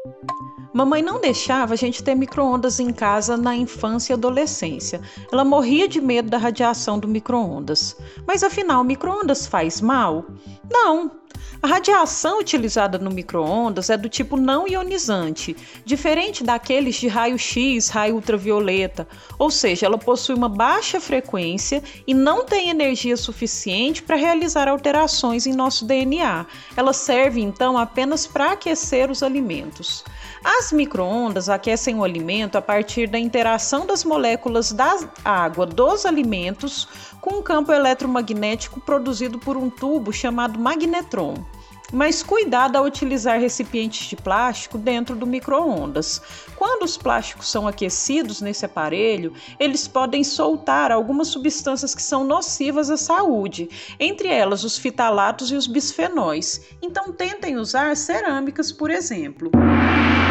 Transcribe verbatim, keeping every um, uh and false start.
Mamãe não deixava a gente ter micro-ondas em casa na infância e adolescência. Ela morria de medo da radiação do micro-ondas. Mas afinal, micro-ondas faz mal? Não! A radiação utilizada no micro-ondas é do tipo não ionizante, diferente daqueles de raio-x, raio ultravioleta, ou seja, ela possui uma baixa frequência e não tem energia suficiente para realizar alterações em nosso D N A. Ela serve então apenas para aquecer os alimentos. As micro-ondas aquecem o alimento a partir da interação das moléculas da água dos alimentos com um campo eletromagnético produzido por um tubo chamado magnetron. Mas cuidado ao utilizar recipientes de plástico dentro do micro-ondas. Quando os plásticos são aquecidos nesse aparelho, eles podem soltar algumas substâncias que são nocivas à saúde, entre elas os fitalatos e os bisfenóis. Então tentem usar cerâmicas, por exemplo.